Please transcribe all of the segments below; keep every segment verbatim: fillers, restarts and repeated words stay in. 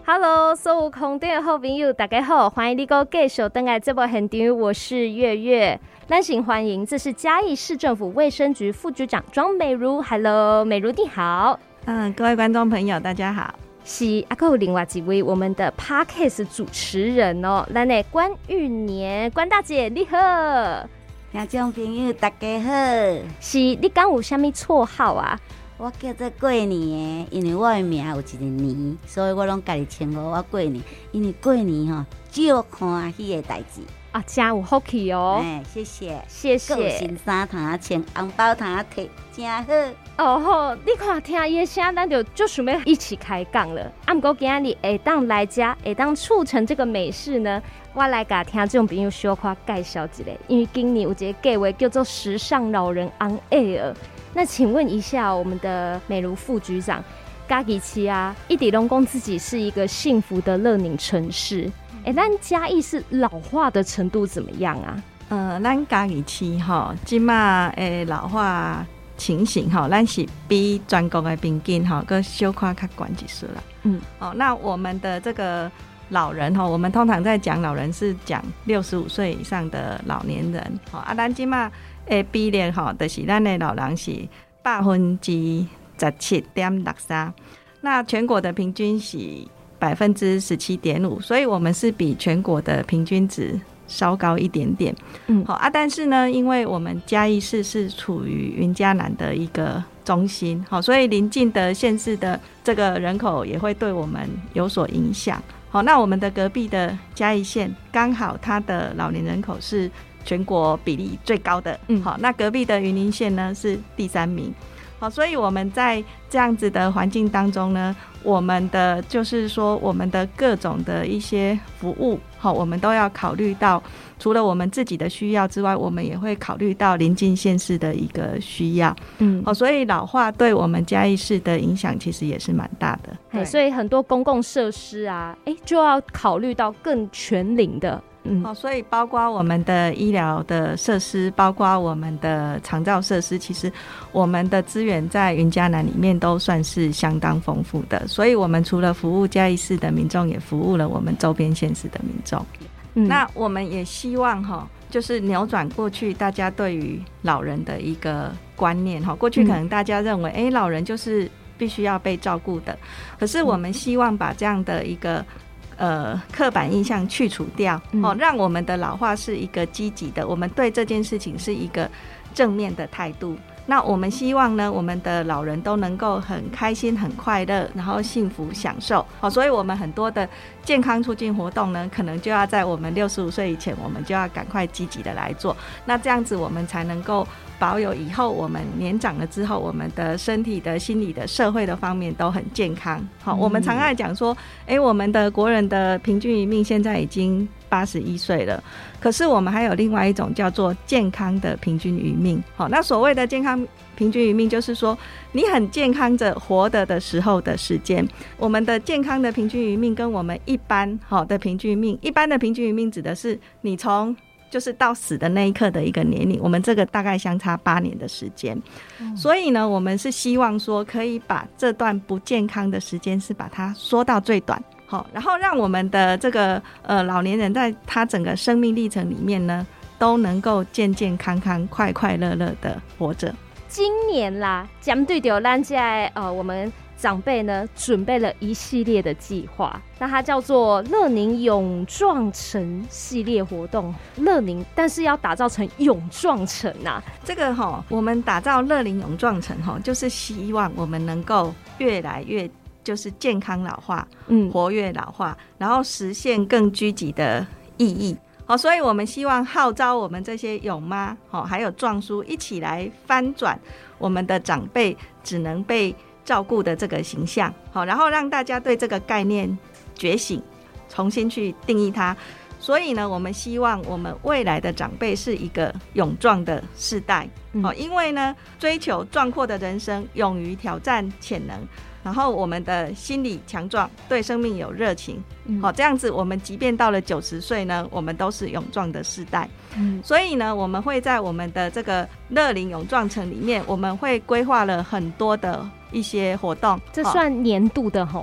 Hello， 所有空中的好朋友，大家好，欢迎你搁继续登来这部现场，我是月月。咱先欢迎，这是嘉义市政府卫生局副局长庄美如。Hello， 美如你好。 嗯，各位观众朋友，大家好。 是啊，还有另外几位我们的 Podcast 主持人哦，咱的关玉年，关大姐你好。 听众朋友大家好。 是，你敢有啥物绰号啊？ 我叫做过年的，因为我的名有一个年，所以我拢家己称呼我过年。因为过年吼，少欢喜的代志啊，真有福气哦！ 哎，谢谢， 谢谢。 有新衫通啊穿，红包通啊摕，真好。 哦吼，你看听伊的声，咱就就想要一起开讲了。啊，不过今日会当来家，会当促成这个美事呢，我来甲听众朋友小可介绍一下，因为今年有一个计划叫做“时尚老人 on air”。那请问一下，我们的美如副局长，嘉义市啊，一直拢讲自己是一个幸福的乐龄城市。哎、欸，咱嘉义是老化的程度怎么样啊？ 呃，咱嘉义市吼，即马诶老化情形吼，咱是比全国的平均吼，搁小可较悬一丝啦。嗯，哦，那我们的这个老人吼，我们通常在讲老人是讲六十五岁以上的老年人。吼啊，咱即马诶比例吼，就是咱的老人是百分之十七点六三，那全国的平均是百分之十七点五，所以我们是比全国的平均值稍高一点点。嗯，好啊，但是呢，因为我们嘉义市是处于云嘉南的一个中心，好，所以邻近的县市的这个人口也会对我们有所影响。好，那我们的隔壁的嘉义县刚好它的老年人口是全国比例最高的。嗯，好，那隔壁的云林县呢是第三名。好，所以我们在这样子的环境当中呢，我们的就是说我们的各种的一些服务，好，我们都要考虑到除了我们自己的需要之外，我们也会考虑到邻近县市的一个需要。嗯，好，所以老化对我们嘉义市的影响其实也是蛮大的。 对，所以很多公共设施啊，哎，就要考虑到更全龄的。 嗯，好，所以包括我们的医疗的设施，包括我们的长照设施，其实我们的资源在云嘉南里面都算是相当丰富的。所以我们除了服务嘉义市的民众，也服务了我们周边县市的民众。嗯，那我们也希望哈，就是扭转过去大家对于老人的一个观念哈。过去可能大家认为，哎、嗯，老人就是必须要被照顾的，可是我们希望把这样的一个呃，刻板印象去除掉，嗯哦，让我们的老化是一个积极的，我们对这件事情是一个正面的态度。那我们希望呢，我们的老人都能够很开心、很快乐，然后幸福享受。好，所以我们很多的健康促进活动呢，可能就要在我们六十五岁以前，我们就要赶快积极的来做。那这样子，我们才能够保有以后我们年长了之后，我们的身体的、心理的、社会的方面都很健康。好，我们常爱讲说，哎，我们的国人的平均余命现在已经八十一岁了，可是我们还有另外一种叫做健康的平均余命。好，那所谓的健康平均余命，就是说你很健康着活得的时候的时间。我们的健康的平均余命跟我们一般好的平均余命，一般的平均余命指的是你从就是到死的那一刻的一个年龄，我们这个大概相差八年的时间。嗯，所以呢，我们是希望说可以把这段不健康的时间是把它缩到最短。好，然后让我们的这个呃老年人在他整个生命历程里面呢，都能够健健康康、快快乐乐的活着。 今年啦，针对到咱在呃我们长辈呢，准备了一系列的计划，那它叫做乐龄勇壮城系列活动。乐龄，但是要打造成勇壮城啊。 这个哈，我们打造乐龄勇壮城哈，就是希望我们能够越来越。就是健康老化，嗯，活跃老化，然后实现更积极的意义。好，所以我们希望号召我们这些勇妈，好，还有壮叔一起来翻转我们的长辈只能被照顾的这个形象。好，然后让大家对这个概念觉醒，重新去定义它。所以呢，我们希望我们未来的长辈是一个勇壮的世代。好，因为呢，追求壮阔的人生，勇于挑战潜能。然后我们的心理强壮，对生命有热情，好、嗯，这样子我们即便到了九十岁呢，我们都是勇壮的世代。嗯，所以呢，我们会在我们的这个乐龄勇壮城里面，我们会规划了很多的一些活动， 这算年度的吼。 对，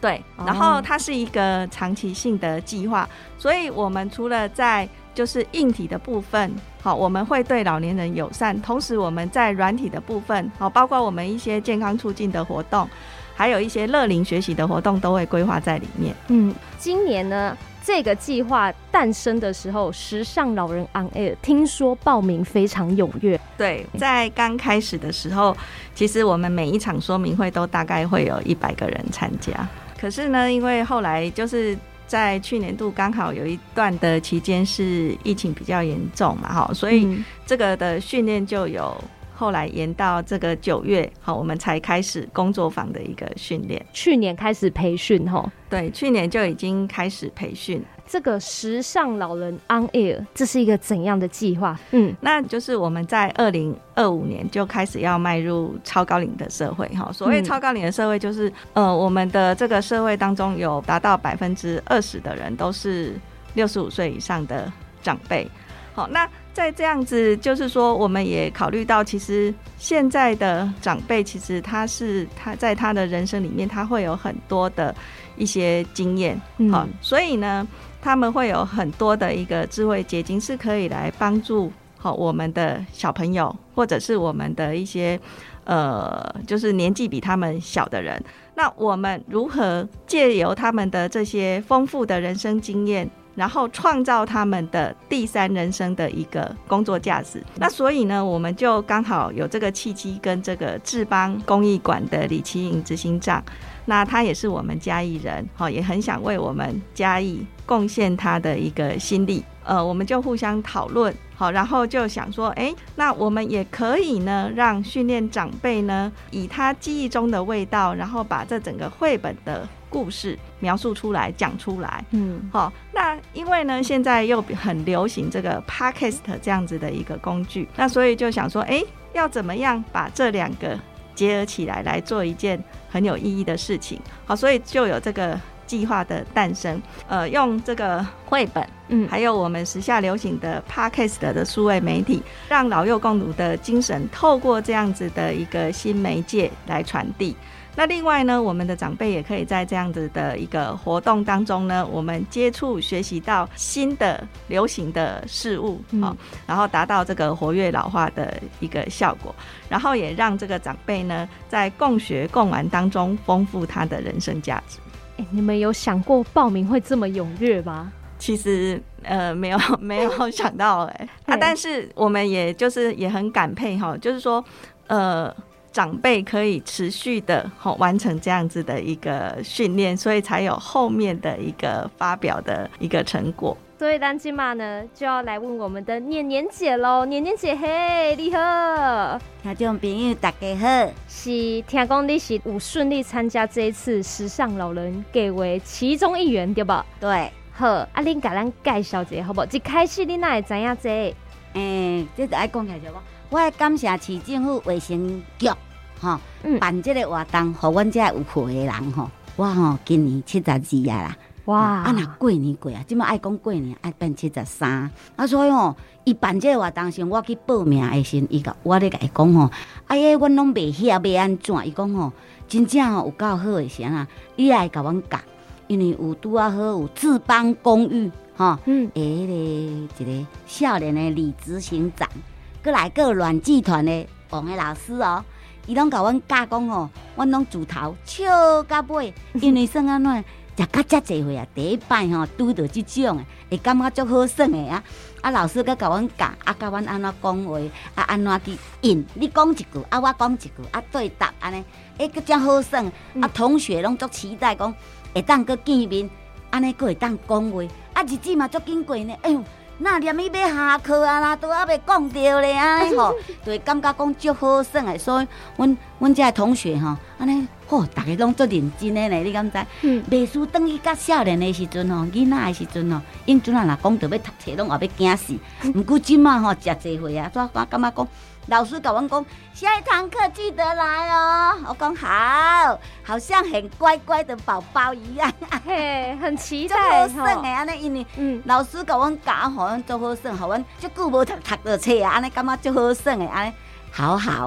对，然后它是一个长期性的计划，所以我们除了在就是硬体的部分，好，我们会对老年人友善，同时我们在软体的部分，好，包括我们一些健康促进的活动，还有一些乐龄学习的活动都会规划在里面。 嗯，今年呢这个计划诞生的时候，时尚老人 on air 听说报名非常踊跃。 对，在刚开始的时候，其实我们每一场说明会都大概会有一百个人参加，可是呢，因为后来就是在去年度刚好有一段的期间是疫情比较严重嘛，所以这个的训练就有后来延到这个九月，好，我们才开始工作坊的一个训练。 去年开始培训吼， 对，去年就已经开始培训。 这个时尚老人 on air 这是一个怎样的计划？嗯， 那就是我们在二零二五年就开始要迈入超高龄的社会哈。所谓超高龄的社会，就是、嗯、呃，我们的这个社会当中有达到百分之二十的人都是六十五岁以上的长辈。好，那在这样子，就是说，我们也考虑到，其实现在的长辈，其实他是他在他的人生里面，他会有很多的一些经验，好、嗯，所以呢，他们会有很多的一个智慧结晶，是可以来帮助好我们的小朋友，或者是我们的一些呃，就是年纪比他们小的人。那我们如何借由他们的这些丰富的人生经验，然后创造他们的第三人生的一个工作价值？那所以呢，我们就刚好有这个契机，跟这个智邦公益馆的李奇颖执行长，那他也是我们嘉义人，也很想为我们嘉义贡献他的一个心力。呃，我们就互相讨论，好，然后就想说，哎，那我们也可以呢，让训练长辈呢，以他记忆中的味道，然后把这整个绘本的故事描述出来，讲出来。嗯，好，那因为呢，现在又很流行这个 Podcast 这样子的一个工具，那所以就想说，哎，要怎么样把这两个结合起来，来做一件很有意义的事情。好，所以就有这个计划的诞生，呃，用这个绘本，嗯，还有我们时下流行的 Podcast 的数位媒体，让老幼共读的精神透过这样子的一个新媒介来传递。那另外呢，我们的长辈也可以在这样子的一个活动当中呢，我们接触学习到新的流行的事物、嗯哦、然后达到这个活跃老化的一个效果，然后也让这个长辈呢在共学共玩当中丰富他的人生价值。 欸、你们有想过报名会这么踊跃吗？ 其实呃没有没有想到哎、欸啊，但是我们也就是也很感佩哈，就是说呃长辈可以持续的、哦、完成这样子的一个训练，所以才有后面的一个发表的一个成果。 所以咱今嘛呢就要来问我们的年年姐咯。年年姐嘿，你好， 听众朋友大家好。 是听说你是有顺利参加这一次时尚老人计划其中一员对吧？ 对。 好，啊，恁甲咱介绍一下好不好？一开始你哪会知影这个？ 诶、欸，这就爱讲起来就我，我要感谢市政府卫生局吼、嗯、办这个活动，互阮这有课的人吼，我吼今年七十二啊啦。哇！啊，若过年过啊，即摆爱讲过年，爱变七十三。啊，所以吼，伊办这个活动时，我去报名的时，伊甲我咧甲伊讲吼，哎呀，阮拢袂晓要安怎？伊讲吼，真正吼有够好的时啊，你来甲阮教，因为有拄啊好有智邦公寓吼，嗯，诶，迄个一个少年的李执行长，过来个软剧团的王的老师哦，伊拢甲阮教讲吼，阮拢自头笑到尾，因为算安怎？食到遮济岁啊，第一摆吼拄到即种诶，会感觉足好耍诶啊！啊，老师佮甲阮教，啊，教阮安怎讲话，啊，安怎去应？你讲一句，啊，我讲一句，啊，对答安尼，诶，佮遮好耍、嗯。啊，同学拢足期待讲，会当佮见面，安尼佮会当讲话。啊，日子嘛足紧过呢，哎呦！那念伊要下课啊啦，都还袂讲着咧安尼吼，就会感觉讲足好耍诶。所以，阮阮遮同学吼，安尼吼，大家拢足认真诶咧，你敢知？嗯，袂输等于甲少年诶时阵吼，囡仔诶时阵吼，因阵啊若讲着要读册，拢后要惊死。毋过即马吼，食济岁啊，我我感觉讲。老师跟我讲，下一堂课记得来哦。我讲好，好像很乖乖的宝宝一样， 嘿，很期待。 足好耍的安尼，因为嗯，老师跟我教，互阮足好耍，互阮足久无读读到册啊，安尼感觉足好耍的安尼，好好哦，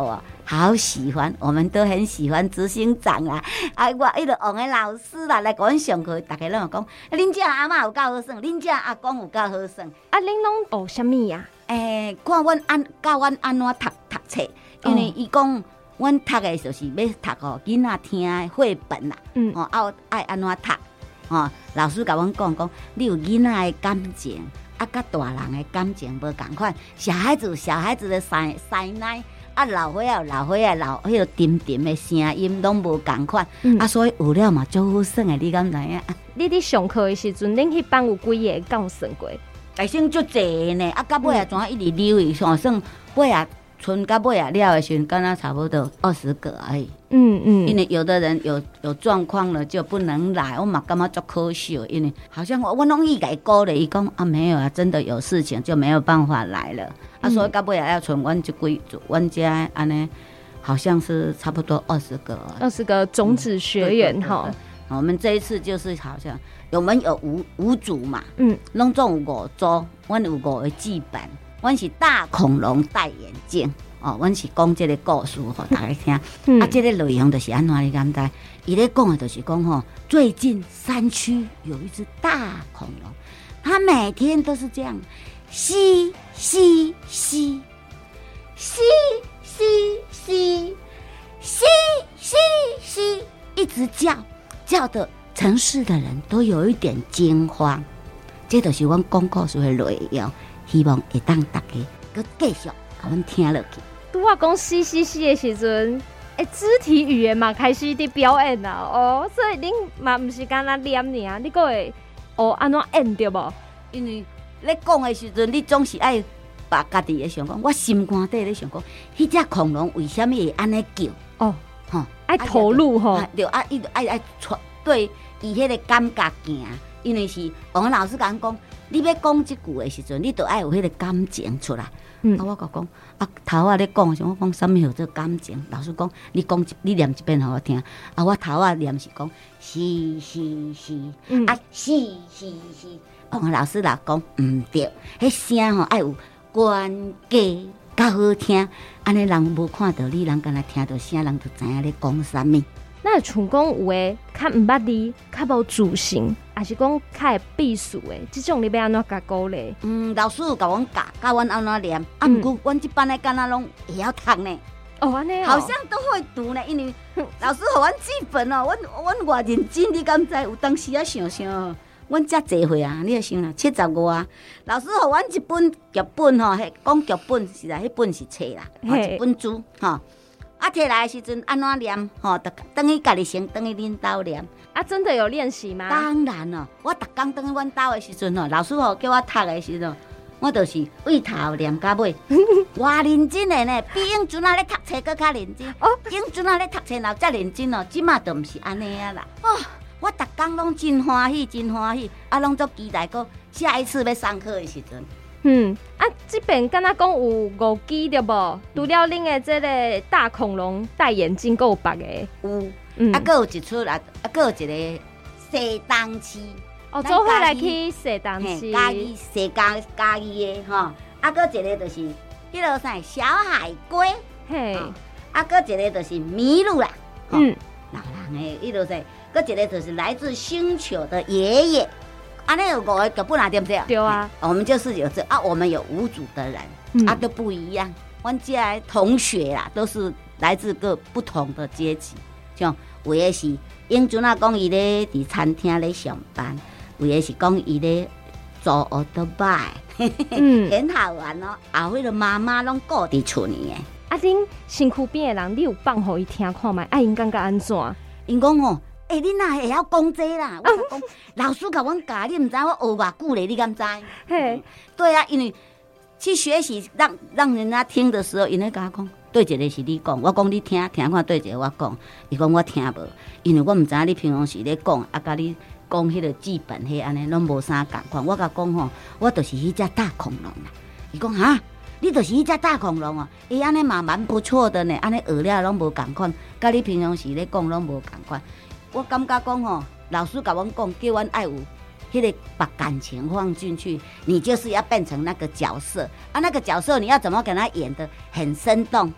好喜欢，我们都很喜欢执行长啊！啊，我迄个王的老师啦，来给阮上课，大家拢讲，恁遮阿嬷有够好耍，恁遮阿公有够好耍。 啊，恁拢学啥物呀？ 诶，看阮安教阮安怎读读册，因为伊讲，阮读的就是要读哦囡仔听的绘本啦，嗯，哦，啊，爱安怎读，哦，老师甲阮讲讲，你有囡仔的感情，啊，甲大人的感情无共款，小孩子小孩子的塞塞奶。啊，老伙仔老伙仔老迄个沉沉的声音拢无共款，嗯、啊，所以有了嘛，足好耍的，你敢知影？ 你伫上课的时阵，恁迄班有几个敢有算过？ 大算足济呢，啊，到尾啊，怎一直溜伊，算算尾啊，剩到尾啊了的时阵，敢若差不多二十个而已。嗯嗯，因为有的人有有状况了就不能来，我嘛感觉足可惜，因为好像我我拢伊改鼓励伊讲啊，没有啊，真的有事情就没有办法来了。啊，所以到尾啊要存阮这几阮家安尼，好像是差不多二十个， 二十个种子学员哈。 我们这一次就是好像我们有五五组嘛，嗯，拢总有五组，阮有五个剧本，阮是大恐龙戴眼镜哦，阮是讲这个故事给大家听，嗯、啊，这个内容就是安怎你敢知？伊咧讲的就是讲吼，最近山区有一只大恐龙，它每天都是这样。吸吸吸吸吸吸吸吸吸，一直叫，叫的城市的人都有一点惊慌。这就是阮讲故事的内容，希望会当大家搁继续甲阮听落去。 拄我讲吸吸吸的时阵，诶，肢体语言嘛开始伫表演啊，哦，所以恁嘛毋是干那念尔，你搁会哦安怎演对无？ 因为咧讲的时阵，你总是爱把家己咧想讲，我心肝底咧想讲，迄只恐龙为什么会安尼叫？哦， 吼，爱投入吼， 对啊，伊爱爱对伊迄个感觉行，因为是王老师讲讲，你要讲即句的时阵，你都爱有迄个感情出来。嗯，啊，我甲讲，啊，头仔咧讲的时候，我讲什么叫做感情？老师讲，你讲你念一遍互我听。啊，我头仔念是讲，是是是，嗯、啊，是是是。王老师啦讲唔对，迄声吼爱有关键较好听，安尼人无看到你，人敢若听到声，人就知影咧讲啥物。 那像讲有诶，较毋捌字，较无自信，还是讲较会避暑诶，即种你要安怎甲鼓励？ 嗯，老师有甲阮教，教阮安怎念，啊，毋过阮即班诶敢若拢会晓读呢。 哦，安尼哦， 好像都会读呢，因为老师互阮剧本哦，阮阮偌认真，你敢知？有当时啊想想。阮遮济岁啊，你就想啦，七十五啊。老师互阮一本剧本吼，迄讲剧本是啦，迄本是册啦，一本书吼。啊，摕来的时阵安怎念吼？等于家己先，等于恁兜念。 啊，真的有练习吗？ 当然了，我逐工等于阮兜的时阵吼，老师吼叫我读的时阵，我就是为头念到尾，偌认真的呢，比英俊啊咧读册搁较认真。哦，英俊啊咧读册若遮认真哦，即马都毋是安尼啊啦。哦。我逐工拢真欢喜，真欢喜，啊，拢足期待个下一次要上课的时阵。 嗯，啊，这边敢若讲有五支对无？除了恁的这个大恐龙戴眼镜，还有别个？ 有，嗯、啊，还有一出啊，啊，还有一个西东市。 哦，做伙来去西东市。 嘉义西嘉嘉义的吼，啊，还有一个就是迄个啥小海龟，嘿，啊，还有一个就是麋鹿啦，嗯，老人的迄个啥。搁一个就是来自星球的爷爷，啊，那有五个剧本啊，对不对？ 对啊， 我们就是有这啊，我们有五组的人，嗯、啊，都不一样。阮这同学啦，都是来自各不同的阶级，像有的是英俊啊，讲伊咧伫餐厅咧上班，有的是讲伊咧做奥特曼，嗯，很好玩哦。啊，迄个妈妈拢顾伫厝里诶。 啊，恁身躯边的人，你有放互伊听看卖？啊，因感觉安怎？ 因讲吼。哎、欸，你哪会晓讲这啦？我讲老师甲阮教，你唔知我学偌久咧，你敢知？嘿，对啊，因为去学习让让人家听的时候，因咧甲我讲，对一个是你讲，我讲你听，听看对一个我讲，伊讲我听无，因为我唔知影你平常时咧讲，啊，甲你讲迄个剧本迄安尼，拢无啥共款。我甲讲吼，我就是迄只大恐龙啦。伊讲哈，你就是迄只大恐龙哦，伊安尼嘛蛮不错的呢，安尼学了拢无共款，甲你平常时咧讲拢无共款。我感觉讲吼，老师甲阮讲，叫阮爱有迄个把感情放进去，你就是要变成那个角色啊，那个角色你要怎么给他演得很生动，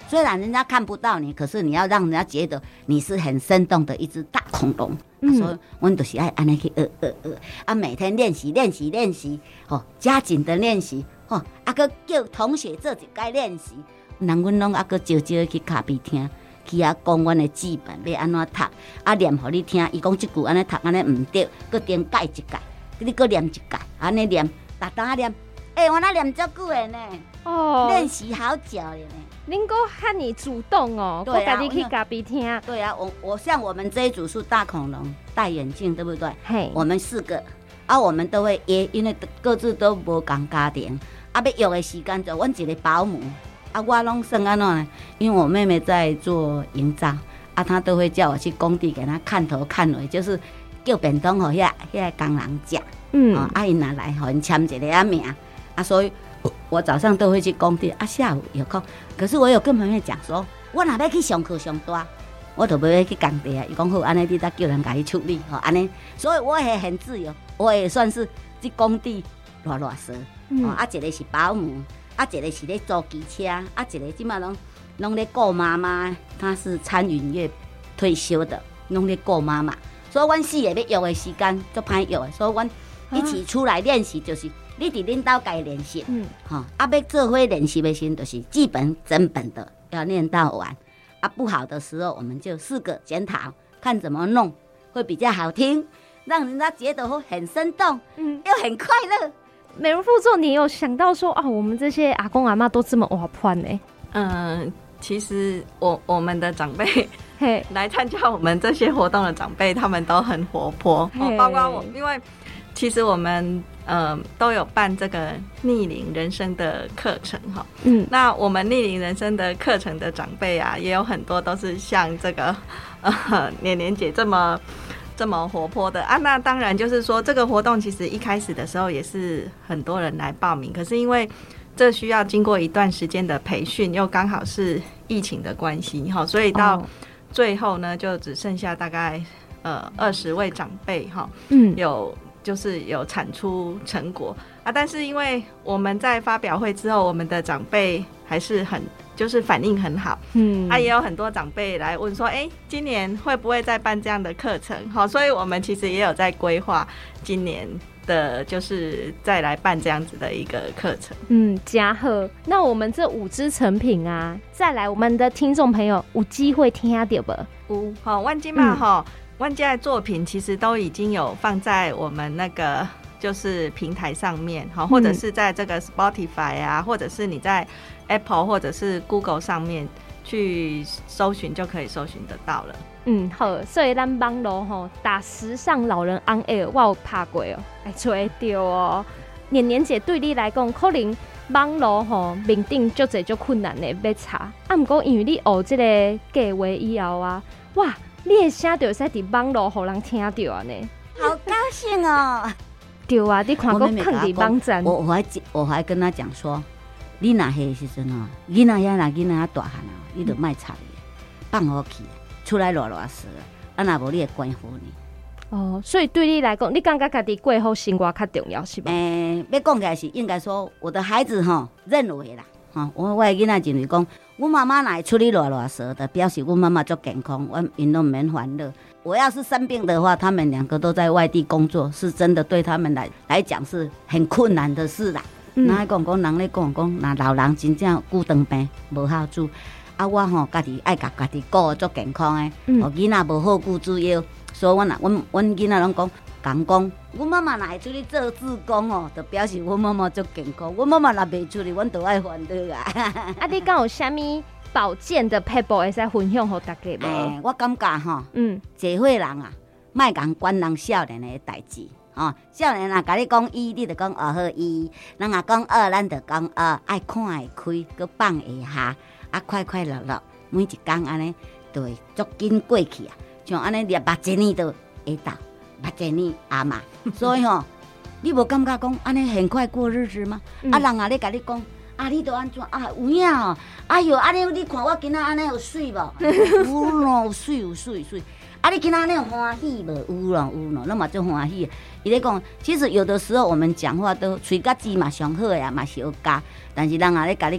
虽然人家看不到你，可是你要让人家觉得你是很生动的一只大恐龙。嗯、所以我们就是爱安尼去学学学，啊，每天练习练习练习，哦，加紧的练习，哦，啊，搁叫同学做一该练习，人阮拢啊搁招招去咖啡厅，去遐讲阮的剧本要安怎读，啊念互你听，伊讲即句安尼读安尼毋对，搁点改一改，你搁念一改，安尼念，逐当念，哎、欸，我那念足久的呢，哦，练习好久了呢。 您哥和你主动哦，我家己去咖啡厅。 对啊，我我像我们这一组是大恐龙，戴眼镜，对不对？嘿，我们四个啊，我们都会约，因为各自都无同家庭，啊，要约的时间就阮一个保姆，啊，我拢算安怎呢？因为我妹妹在做营造，啊，她都会叫我去工地给她看头看尾，就是叫便当互遐遐工人食，嗯，啊，啊，因拿来互因签一个啊名，啊，所以。我早上都会去工地啊，下午有空。可是我有跟朋友讲说，我若要去上课上大，我就不要去工地啊。伊讲好，安尼你再叫人家去处理，吼安尼。所以我也很自由，我也算是去工地拉拉蛇。嗯、啊，一个是保姆，啊，一个是咧租机车，啊，一个即马拢拢咧顾妈妈，她是餐饮业退休的，拢咧顾妈妈。所以阮四个要约的时间就歹约的，所以阮一起出来练习就是。你伫恁兜家练习，嗯，哈，啊，要做伙练习的时候，就是基本整本的要念到完，啊，不好的时候我们就四个检讨，看怎么弄会比较好听，让人家觉得会很生动，嗯，又很快乐。 美如副座，你有想到说啊，我们这些阿公阿嬷都这么活泼呢？ 嗯，其实我我们的长辈嘿来参加我们这些活动的长辈，他们都很活泼，哦，包括我，因为其实我们。呃，都有办这个逆龄人生的课程哈，嗯，那我们逆龄人生的课程的长辈啊，也有很多都是像这个呃年年姐这么这么活泼的啊。那当然就是说，这个活动其实一开始的时候也是很多人来报名，可是因为这需要经过一段时间的培训，又刚好是疫情的关系哈，所以到最后呢，就只剩下大概呃二十位长辈哈，嗯，有。就是有产出成果啊，但是因为我们在发表会之后，我们的长辈还是很就是反应很好，嗯，啊也有很多长辈来问说，哎、欸，今年会不会再办这样的课程？好，所以我们其实也有在规划今年的，就是再来办这样子的一个课程。 嗯，嘉禾，那我们这五支成品啊，再来我们的听众朋友有机会听到不？ 有，好，万金嘛，哈。万家的作品其实都已经有放在我们那个就是平台上面，好，或者是在这个 Spotify 啊，或者是你在 Apple 或者是 Google 上面去搜寻就可以搜寻得到了。 嗯，好，所以咱网络吼打时尚老人 on air， 我有拍过哦，会找得到哦。年年姐对你来讲，可能网络吼面顶足侪足困难的要查，啊，不过因为你学这个计划以后啊，哇！你的声就会使伫网络互人听到啊呢， 好高兴哦！ 对啊，你看过放伫网站， 我我还我还跟他讲说，你若迄时阵哦，囡仔遐若囡仔大汉哦，你就卖插伊，放好去，出来乱乱说，啊若无你会关好呢。 哦，所以对你来讲，你感觉家己过好生活较重要是吧？ 诶、欸，要讲起来是应该说，我的孩子哈认为啦。哈，我我的囡仔认为讲，我妈妈哪会出去乱乱说的，表示我妈妈足健康，我因都免烦恼。我要是生病的话，他们两个都在外地工作，是真的对他们来来讲是很困难的事啦。哪会讲讲人咧讲讲，那老人真正久长病无孝子，啊我吼家己爱甲家己顾足健康诶，哦囡仔无好顾主要，所以我若阮阮囡仔拢讲。讲讲，阮妈妈若会出去做志工哦，就表示阮妈妈足健康。阮妈妈若袂出去，阮就爱烦恼啊。 啊，你敢有啥物保健的撇步会使分享给大家无？ 欸，我感觉吼，嗯，社会人啊，莫讲管人少年的代志。哦，少年啊，甲你讲一，你就讲学好一；人啊讲二，咱就讲二。爱看会开，搁放会下，啊，快快乐乐，每一天安尼就会足紧过去啊。像安尼，你目一年就会到。目一年阿妈，所以吼、哦，你无感觉讲安尼很快过日子吗？嗯、啊，人啊咧甲你讲，啊，你都安怎啊？有影哦，哎哟，安尼你看我今仔安尼有水无？有咯，有水有水有水。啊，你今仔安尼有欢喜无？有咯有咯，咱嘛足欢喜。伊咧讲，其实有的时候我们讲话都嘴甲舌嘛上好呀，嘛是有教，但是人啊咧甲你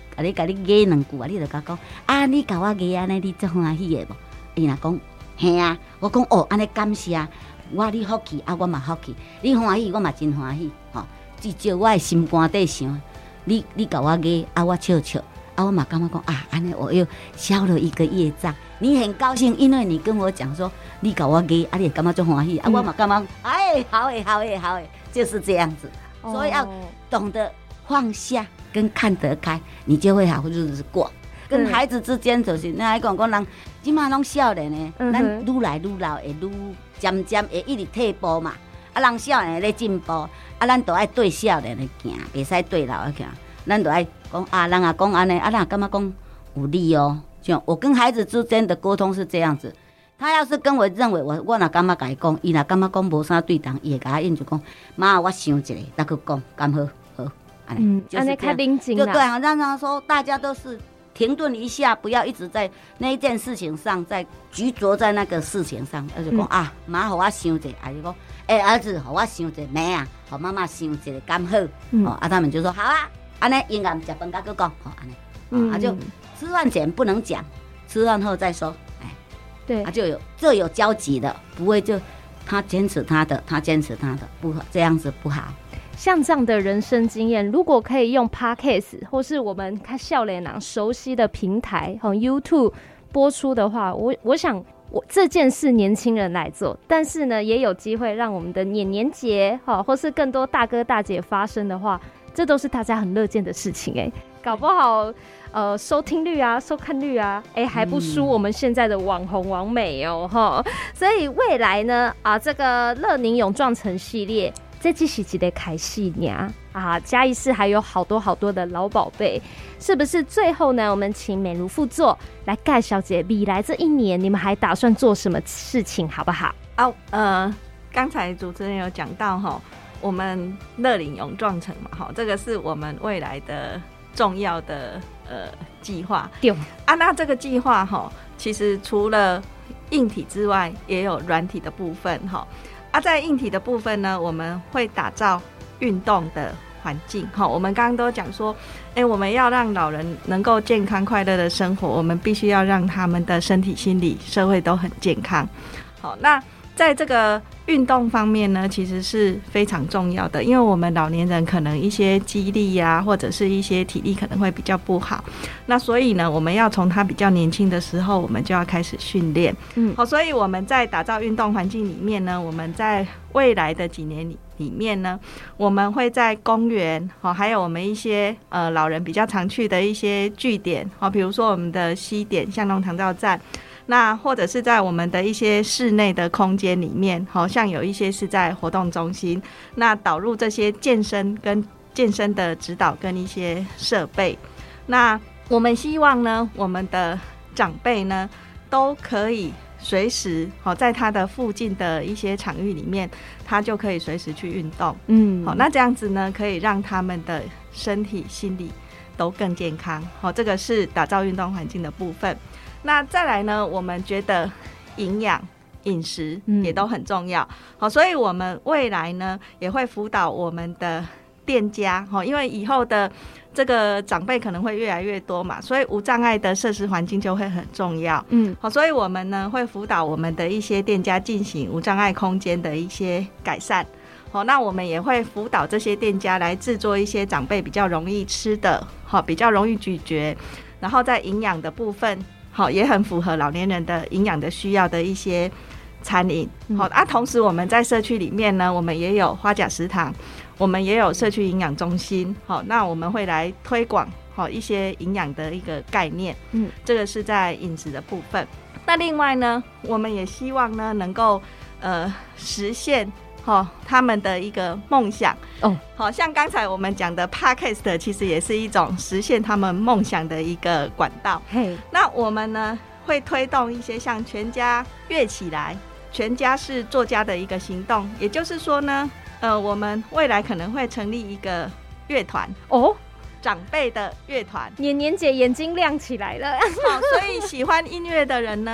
啊你甲你约两句啊，你就甲讲啊，你甲我约安尼，你足欢喜的无？伊若讲嘿啊，我讲哦，安尼感谢，我你福气啊，我嘛福气，你欢喜我嘛真欢喜，吼、哦，至少我的心肝底想，你你甲我约啊，我笑笑。啊，我嘛感觉讲啊，安尼我又消了一个业障。你很高兴，因为你跟我讲说你搞我给，啊，你也感觉就欢喜、嗯、啊，我嘛感觉哎，好诶，好诶，好诶，就是这样子。哦、所以要懂得放下跟看得开，你就会好日子过。跟孩子之间就是，那讲讲人，即马拢少年呢，咱愈来愈老，会愈渐渐会一直退步嘛。啊，人少年咧进步，啊，咱都爱对少年咧行，袂使对老诶行。咱都爱讲啊，人啊讲安尼，啊，人感觉讲有理哦。像我跟孩子之间的沟通是这样子，他要是跟我认为我我若感觉甲伊讲，伊若感觉讲无啥对当，伊会甲我应就讲，妈，我想一下，再去讲，敢好好，安尼， 嗯，安尼较冷静啦。 就对啊，让他说大家都是停顿一下，不要一直在那一件事情上，在执着在那个事情上，而就讲、嗯、啊，妈，互我想一下，啊就讲，哎、欸，儿子，互我想一下，妹啊，互妈妈想一下，敢好，嗯、哦，啊，他们就说好啊。安尼应该食饭甲佮讲，好安尼，嗯、啊就吃饭前不能讲，吃饭后再说，哎， 对， 啊就有就有交集的，不会就他坚持他的，他坚持他的，不这样子不好。 像这样的人生经验，如果可以用 Podcast 或是我们看少年郎熟悉的平台，和 YouTube 播出的话，我我想。我这件事年轻人来做，但是呢，也有机会让我们的年年节哈，或是更多大哥大姐发声的话，这都是大家很乐见的事情哎、欸。搞不好呃收听率啊、收看率啊，哎、欸、还不输我们现在的网红网美哦哈。所以未来呢啊，这个乐宁勇壮城系列。这只是一个开始呀啊！嘉义市还有好多好多的老宝贝，是不是？最后呢，我们请美如副座来介绍姐未来这一年你们还打算做什么事情，好不好？ 哦，呃，刚才主持人有讲到哈，我们乐龄勇壮城嘛，哈，这个是我们未来的重要的呃计划。 对啊，那这个计划哈，其实除了硬体之外，也有软体的部分哈。啊，在硬体的部分呢，我们会打造运动的环境。好，我们刚刚都讲说，哎，我们要让老人能够健康快乐的生活，我们必须要让他们的身体、心理、社会都很健康。好，那在这个运动方面呢，其实是非常重要的，因为我们老年人可能一些肌力呀、啊，或者是一些体力可能会比较不好，那所以呢，我们要从他比较年轻的时候，我们就要开始训练。嗯，好，所以我们在打造运动环境里面呢，我们在未来的几年里里面呢，我们会在公园，好，还有我们一些呃老人比较常去的一些据点，好，比如说我们的西点巷弄长照站。那或者是在我们的一些室内的空间里面，好像有一些是在活动中心，那导入这些健身跟健身的指导跟一些设备。那我们希望呢，我们的长辈呢都可以随时好在他的附近的一些场域里面，他就可以随时去运动。嗯，好，那这样子呢，可以让他们的身体、心理都更健康。好，这个是打造运动环境的部分。那再来呢，我们觉得营养饮食也都很重要。好，所以我们未来呢也会辅导我们的店家，因为以后的这个长辈可能会越来越多嘛，所以无障碍的设施环境就会很重要。嗯，好，所以我们呢会辅导我们的一些店家进行无障碍空间的一些改善。好，那我们也会辅导这些店家来制作一些长辈比较容易吃的，好，比较容易咀嚼，然后在营养的部分。好，也很符合老年人的营养的需要的一些餐饮。好、嗯、啊，同时我们在社区里面呢，我们也有花甲食堂，我们也有社区营养中心。好，那我们会来推广好一些营养的一个概念。嗯，这个是在饮食的部分。那另外呢，我们也希望呢能够呃实现。哦，他们的一个梦想哦，好像刚才我们讲的 Podcast 其实也是一种实现他们梦想的一个管道。嘿，那我们呢会推动一些像全家乐起来，全家是作家的一个行动，也就是说呢，呃，我们未来可能会成立一个乐团哦。长辈的乐团， 年年姐眼睛亮起来了。 好，所以喜欢音乐的人呢，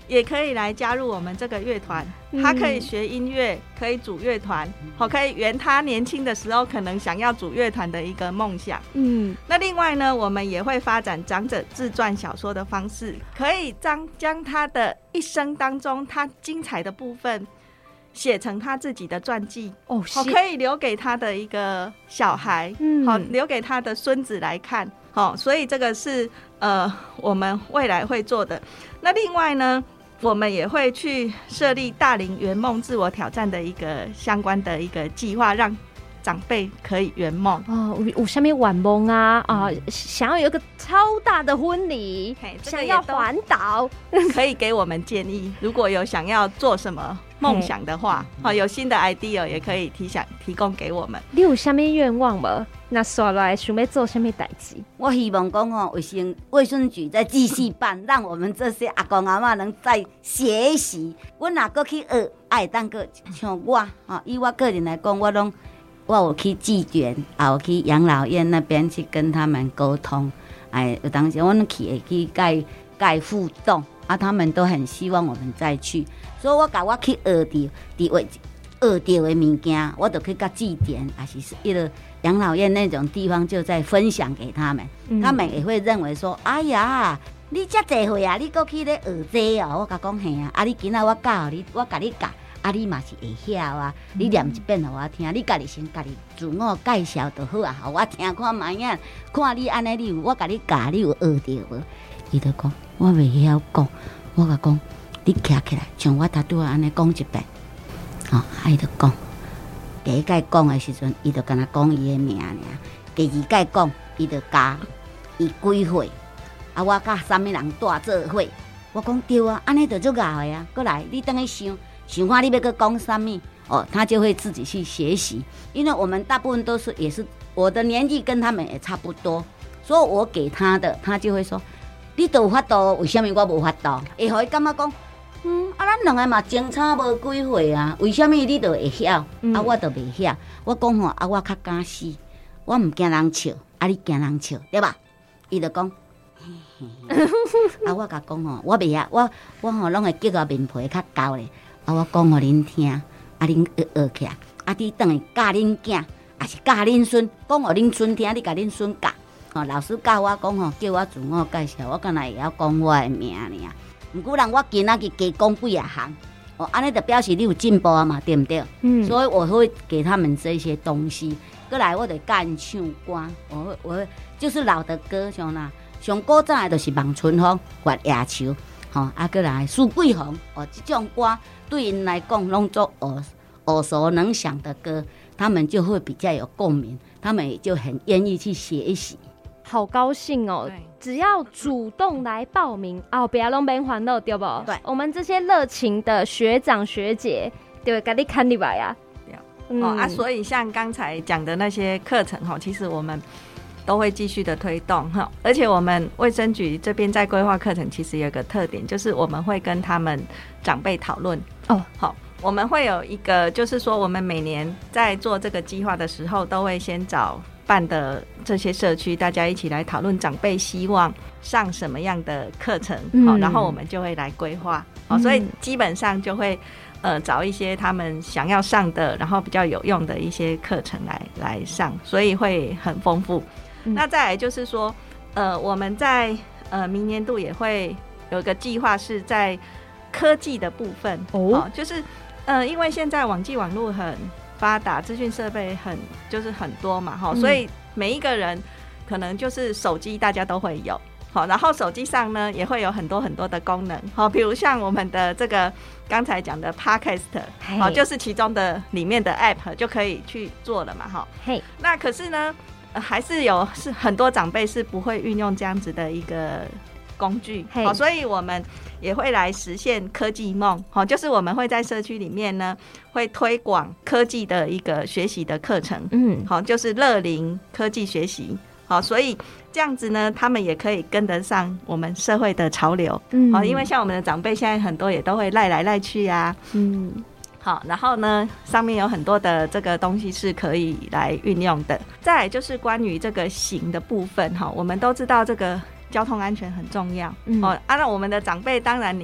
也可以来加入我们这个乐团。他可以学音乐，可以组乐团，好，可以圆他年轻的时候可能想要组乐团的一个梦想。嗯，那另外呢，我们也会发展长者自传小说的方式，可以将将他的一生当中他精彩的部分写成他自己的传记哦，好，可以留给他的一个小孩，嗯，好，留给他的孙子来看。好，所以这个是呃我们未来会做的。那另外呢，我们也会去设立大龄圆梦自我挑战的一个相关的一个计划，让长辈可以圆梦哦。有什么圆梦啊？啊、呃，想要有一个超大的婚礼，这个、想要环岛， 可以给我们建议。如果有想要做什么梦想的话，好，有新的 idea 也可以提想提供给我们。 你有什么愿望吗？那刷来想要做什么代志？ 我希望讲哦，卫生卫生局再继续办，让我们这些阿公阿嬷能再学习。我哪个去学，爱当个像我哈，以我个人来讲，我拢我有去祭典，也有去养老院那边去跟他们沟通。哎，有当时我们去去盖盖互动，啊，他们都很希望我们再去，所以我甲我去学的，伫位学到的物件，我就去甲祭典，还是一个养老院那种地方，就在分享给他们，嗯、他们也会认为说，哎呀，你这侪岁啊，你搁去咧学这哦，我甲讲嘿啊，啊你今仔我教你，我甲你教，啊你嘛是会晓啊，你念一遍互我听，你家己先家己自我介绍就好啊，互我听看卖影，看你安尼你有，我甲你教，你有学到无？伊就讲，我袂晓讲，我甲讲，你徛起来，像我头拄仔安尼讲一遍，吼、哦，啊伊就讲。第一届讲的时阵，伊就跟他讲伊的名尔；第二届讲，伊就加伊几岁，啊，我甲啥物人带做伙。我讲对啊，安尼就足够的啊。过来，你等下想想看，你要去讲啥物哦，他就会自己去学习。因为我们大部分都是也是我的年纪跟他们也差不多，所以我给他的，他就会说：你都有法度，为什么我无法度？会互伊感觉讲。嗯，啊，咱两个嘛相差无几岁啊，为什么你就会晓，嗯、啊，我就袂晓？我讲吼，啊，我较敢死，我唔惊人笑，啊，你惊人笑，对吧？伊就讲，啊，我甲讲吼，我袂晓，我我吼拢会激个面皮较厚咧，啊，我讲互恁听，啊，恁学起来，啊，你等于教恁囝，啊是教恁孙，讲互恁孙听，你甲恁孙教。吼，老师教我讲吼，叫我自我介绍，我敢若会晓讲我的名尔。唔过人我今仔日加讲几啊项，哦，安尼就表示你有进步啊嘛，对不对？嗯，所以我会给他们这些东西。过来我就教因唱歌，我我就是老的歌，像呐，上古早的就是望春风、月夜愁，吼、哦，啊，过来苏桂红，哦，这种歌对因来讲拢做耳耳熟能详的歌，他们就会比较有共鸣，他们也就很愿意去学习。 好高兴哦！只要主动来报名哦，不要拢免烦恼，对不？ 对， 我们这些热情的学长学姐就会给你看你吧呀。 嗯、哦啊，所以像刚才讲的那些课程哈，其实我们都会继续的推动哈。而且我们卫生局这边在规划课程，其实有一个特点，就是我们会跟他们长辈讨论哦。好，我们会有一个，就是说我们每年在做这个计划的时候，都会先找办的这些社区，大家一起来讨论长辈希望上什么样的课程，嗯、好，然后我们就会来规划，好，所以基本上就会呃找一些他们想要上的，然后比较有用的一些课程来来上，所以会很丰富。嗯、那再来就是说，呃，我们在呃明年度也会有一个计划，是在科技的部分哦，就是呃，因为现在网际网络很发达，资讯设备很就是很多嘛，哈、嗯，所以每一个人可能就是手机大家都会有，好，然后手机上呢也会有很多很多的功能，好，比如像我们的这个刚才讲的 Podcast， 好，就是其中的里面的 App 就可以去做了嘛，哈，嘿，那可是呢，呃、还是有是很多长辈是不会运用这样子的一个工具，好，所以我们也会来实现科技梦，好，就是我们会在社区里面呢，会推广科技的一个学习的课程，嗯，好，就是乐龄科技学习，好，所以这样子呢，他们也可以跟得上我们社会的潮流，嗯，好，因为像我们的长辈现在很多也都会赖来赖去啊，嗯，好，然后呢，上面有很多的这个东西是可以来运用的。再来就是关于这个行的部分，哈，我们都知道这个交通安全很重要，嗯，哦，啊，那我们的长辈当然你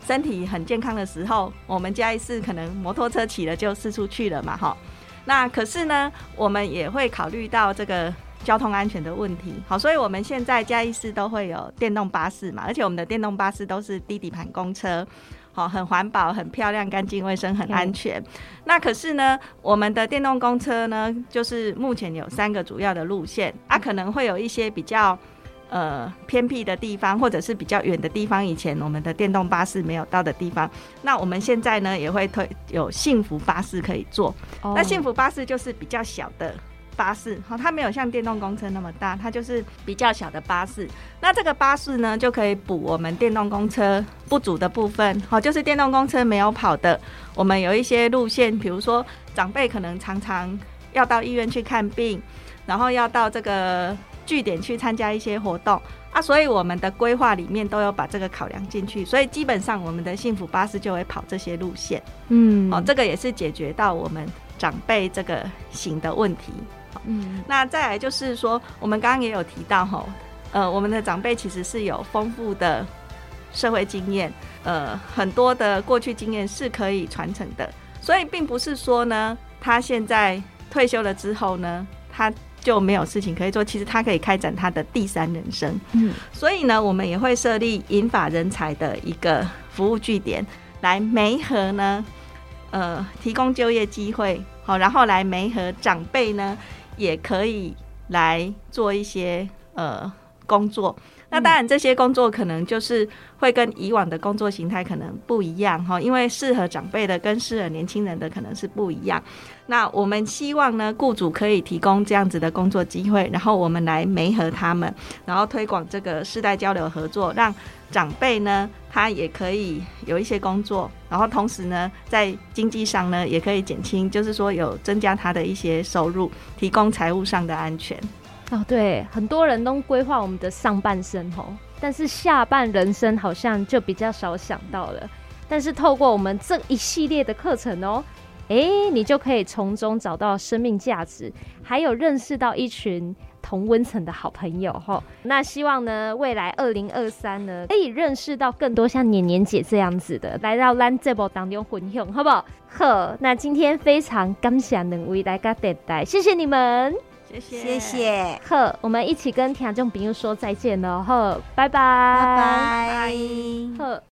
身体很健康的时候，我们嘉义市可能摩托车骑了就四处去了嘛齁。那可是呢，我们也会考虑到这个交通安全的问题，好，所以我们现在嘉义市都会有电动巴士嘛，而且我们的电动巴士都是低底盘公车，好，很环保、很漂亮、干净、卫生、很安全。那可是呢，我们的电动公车呢，就是目前有三个主要的路线啊，可能会有一些比较呃偏僻的地方，或者是比较远的地方，以前我们的电动巴士没有到的地方，那我们现在呢也会推有幸福巴士可以坐。Oh. 那幸福巴士就是比较小的巴士，它没有像电动公车那么大，它就是比较小的巴士。那这个巴士呢，就可以补我们电动公车不足的部分，就是电动公车没有跑的，我们有一些路线，比如说长辈可能常常要到医院去看病，然后要到这个据点去参加一些活动啊，所以我们的规划里面都有把这个考量进去，所以基本上我们的幸福巴士就会跑这些路线。嗯，哦，这个也是解决到我们长辈这个行的问题。嗯，那再来就是说，我们刚刚也有提到哈，呃，我们的长辈其实是有丰富的社会经验，呃，很多的过去经验是可以传承的，所以并不是说呢，他现在退休了之后呢，他就没有事情可以做，其实他可以开展他的第三人生。嗯，所以呢，我们也会设立银发人才的一个服务据点，来媒合呢，呃，提供就业机会，好，然后来媒合长辈呢。也可以来做一些呃工作，那当然这些工作可能就是会跟以往的工作形态可能不一样哈，因为适合长辈的跟适合年轻人的可能是不一样。那我们希望呢，雇主可以提供这样子的工作机会，然后我们来媒合他们，然后推广这个世代交流合作，让长辈呢他也可以有一些工作，然后同时呢在经济上呢也可以减轻，就是说有增加他的一些收入，提供财务上的安全。 哦，对，很多人都规划我们的上半生吼，但是下半人生好像就比较少想到了。但是透过我们这一系列的课程哦，哎，你就可以从中找到生命价值，还有认识到一群同温层的好朋友吼。那希望呢，未来二零二三呢，可以认识到更多像年年姐这样子的，来到咱节目当中分享，好不好？好，那今天非常感谢两位来到电台，谢谢你们。 谢谢谢谢， 好，我们一起跟听众朋友说再见了，好，拜拜， 拜拜， 好。